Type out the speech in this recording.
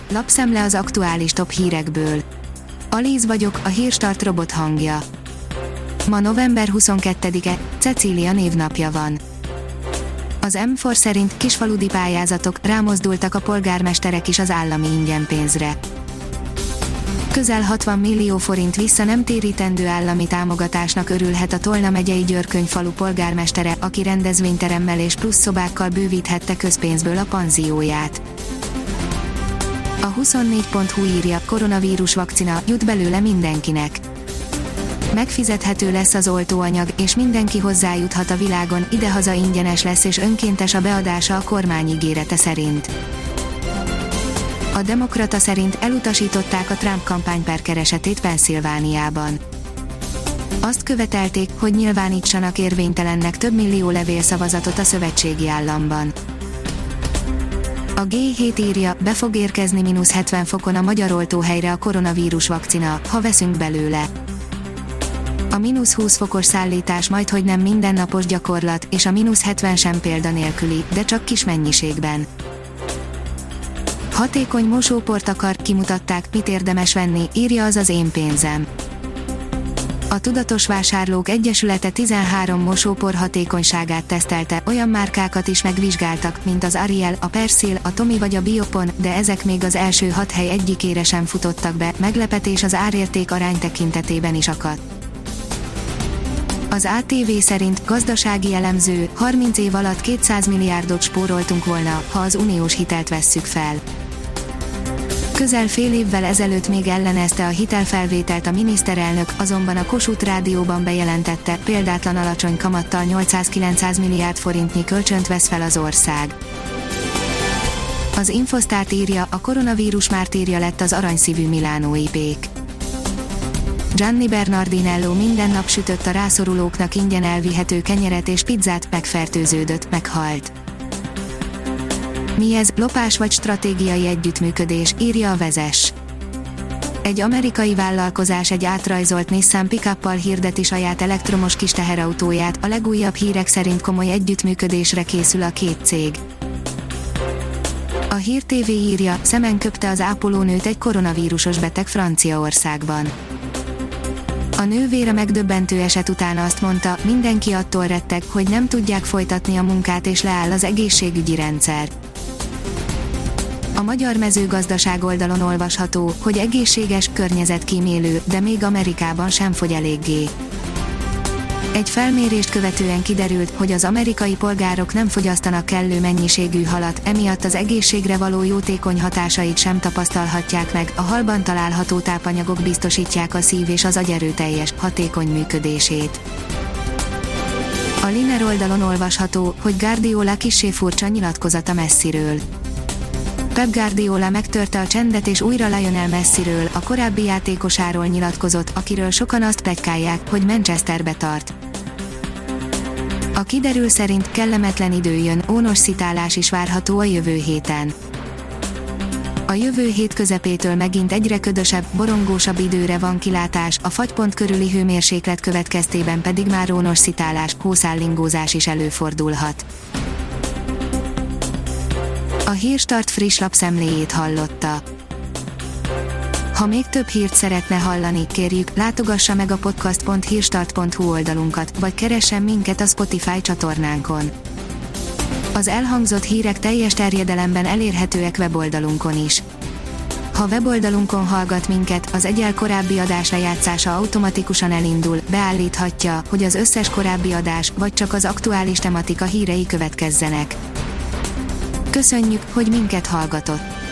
Lapszemle az aktuális top hírekből. Alíz vagyok, a Hírstart robot hangja. Ma november 22-e, Cecília névnapja van. Az M4 szerint kisfaludi pályázatok, rámozdultak a polgármesterek is az állami ingyenpénzre. Közel 60 millió forint vissza nem térítendő állami támogatásnak örülhet a Tolna megyei Györköny falu polgármestere, aki rendezvényteremmel és plusz szobákkal bővíthette közpénzből a panzióját. A 24.hu írja, koronavírus vakcina, jut belőle mindenkinek. Megfizethető lesz az oltóanyag, és mindenki hozzájuthat a világon, idehaza ingyenes lesz és önkéntes a beadása a kormány ígérete szerint. A Demokrata szerint elutasították a Trump kampányper keresetét Pennsylvániában. Azt követelték, hogy nyilvánítsanak érvénytelennek több millió levélszavazatot a szövetségi államban. A G7 írja, be fog érkezni -70 fokon a magyar oltóhelyre a koronavírus vakcina, ha veszünk belőle. A -20 fokos szállítás majdhogy nem mindennapos gyakorlat, és a -70 sem példanélküli, de csak kis mennyiségben. Hatékony mosóport akar, kimutatták, mit érdemes venni, írja az Én pénzem. A Tudatos Vásárlók Egyesülete 13 mosópor hatékonyságát tesztelte, olyan márkákat is megvizsgáltak, mint az Ariel, a Persil, a Tommy vagy a Biopon, de ezek még az első 6 hely egyikére sem futottak be, meglepetés az árérték arány tekintetében is akadt. Az ATV szerint gazdasági elemző, 30 év alatt 200 milliárdot spóroltunk volna, ha az uniós hitelt vesszük fel. Közel fél évvel ezelőtt még ellenezte a hitelfelvételt a miniszterelnök, azonban a Kossuth Rádióban bejelentette, példátlan alacsony kamattal 800-900 milliárd forintnyi kölcsönt vesz fel az ország. Az Infosztárt írja, a koronavírus mártírja lett az aranyszívű milánói pék. Gianni Bernardinello minden nap sütött a rászorulóknak ingyen elvihető kenyeret és pizzát, megfertőződött, meghalt. Mi ez, lopás vagy stratégiai együttműködés, írja a Vezes. Egy amerikai vállalkozás egy átrajzolt Nissan pick-uppal hirdeti saját elektromos kis teherautóját, a legújabb hírek szerint komoly együttműködésre készül a két cég. A Hír TV írja, szemen köpte az ápolónőt egy koronavírusos beteg Franciaországban. A nővére megdöbbentő eset után azt mondta, mindenki attól retteg, hogy nem tudják folytatni a munkát és leáll az egészségügyi rendszer. A Magyar Mezőgazdaság oldalon olvasható, hogy egészséges, környezetkímélő, de még Amerikában sem fogy eléggé. Egy felmérést követően kiderült, hogy az amerikai polgárok nem fogyasztanak kellő mennyiségű halat, emiatt az egészségre való jótékony hatásait sem tapasztalhatják meg, a halban található tápanyagok biztosítják a szív- és az agy erőteljes, hatékony működését. A Liner oldalon olvasható, hogy Guardiola kissé furcsa nyilatkozata Messiről. Pep Guardiola megtörte a csendet és újra Lionel Messiről, a korábbi játékosáról nyilatkozott, akiről sokan azt pletykálják, hogy Manchesterbe tart. A kiderül szerint kellemetlen idő jön, ónos szitálás is várható a jövő héten. A jövő hét közepétől megint egyre ködösebb, borongósabb időre van kilátás, a fagypont körüli hőmérséklet következtében pedig már ónos szitálás, hószállingózás is előfordulhat. A Hírstart friss lapszemléjét hallotta. Ha még több hírt szeretne hallani, kérjük, látogassa meg a podcast.hírstart.hu oldalunkat, vagy keressen minket a Spotify csatornánkon. Az elhangzott hírek teljes terjedelemben elérhetőek weboldalunkon is. Ha weboldalunkon hallgat minket, az egyel korábbi adás lejátszása automatikusan elindul, beállíthatja, hogy az összes korábbi adás, vagy csak az aktuális tematika hírei következzenek. Köszönjük, hogy minket hallgatott!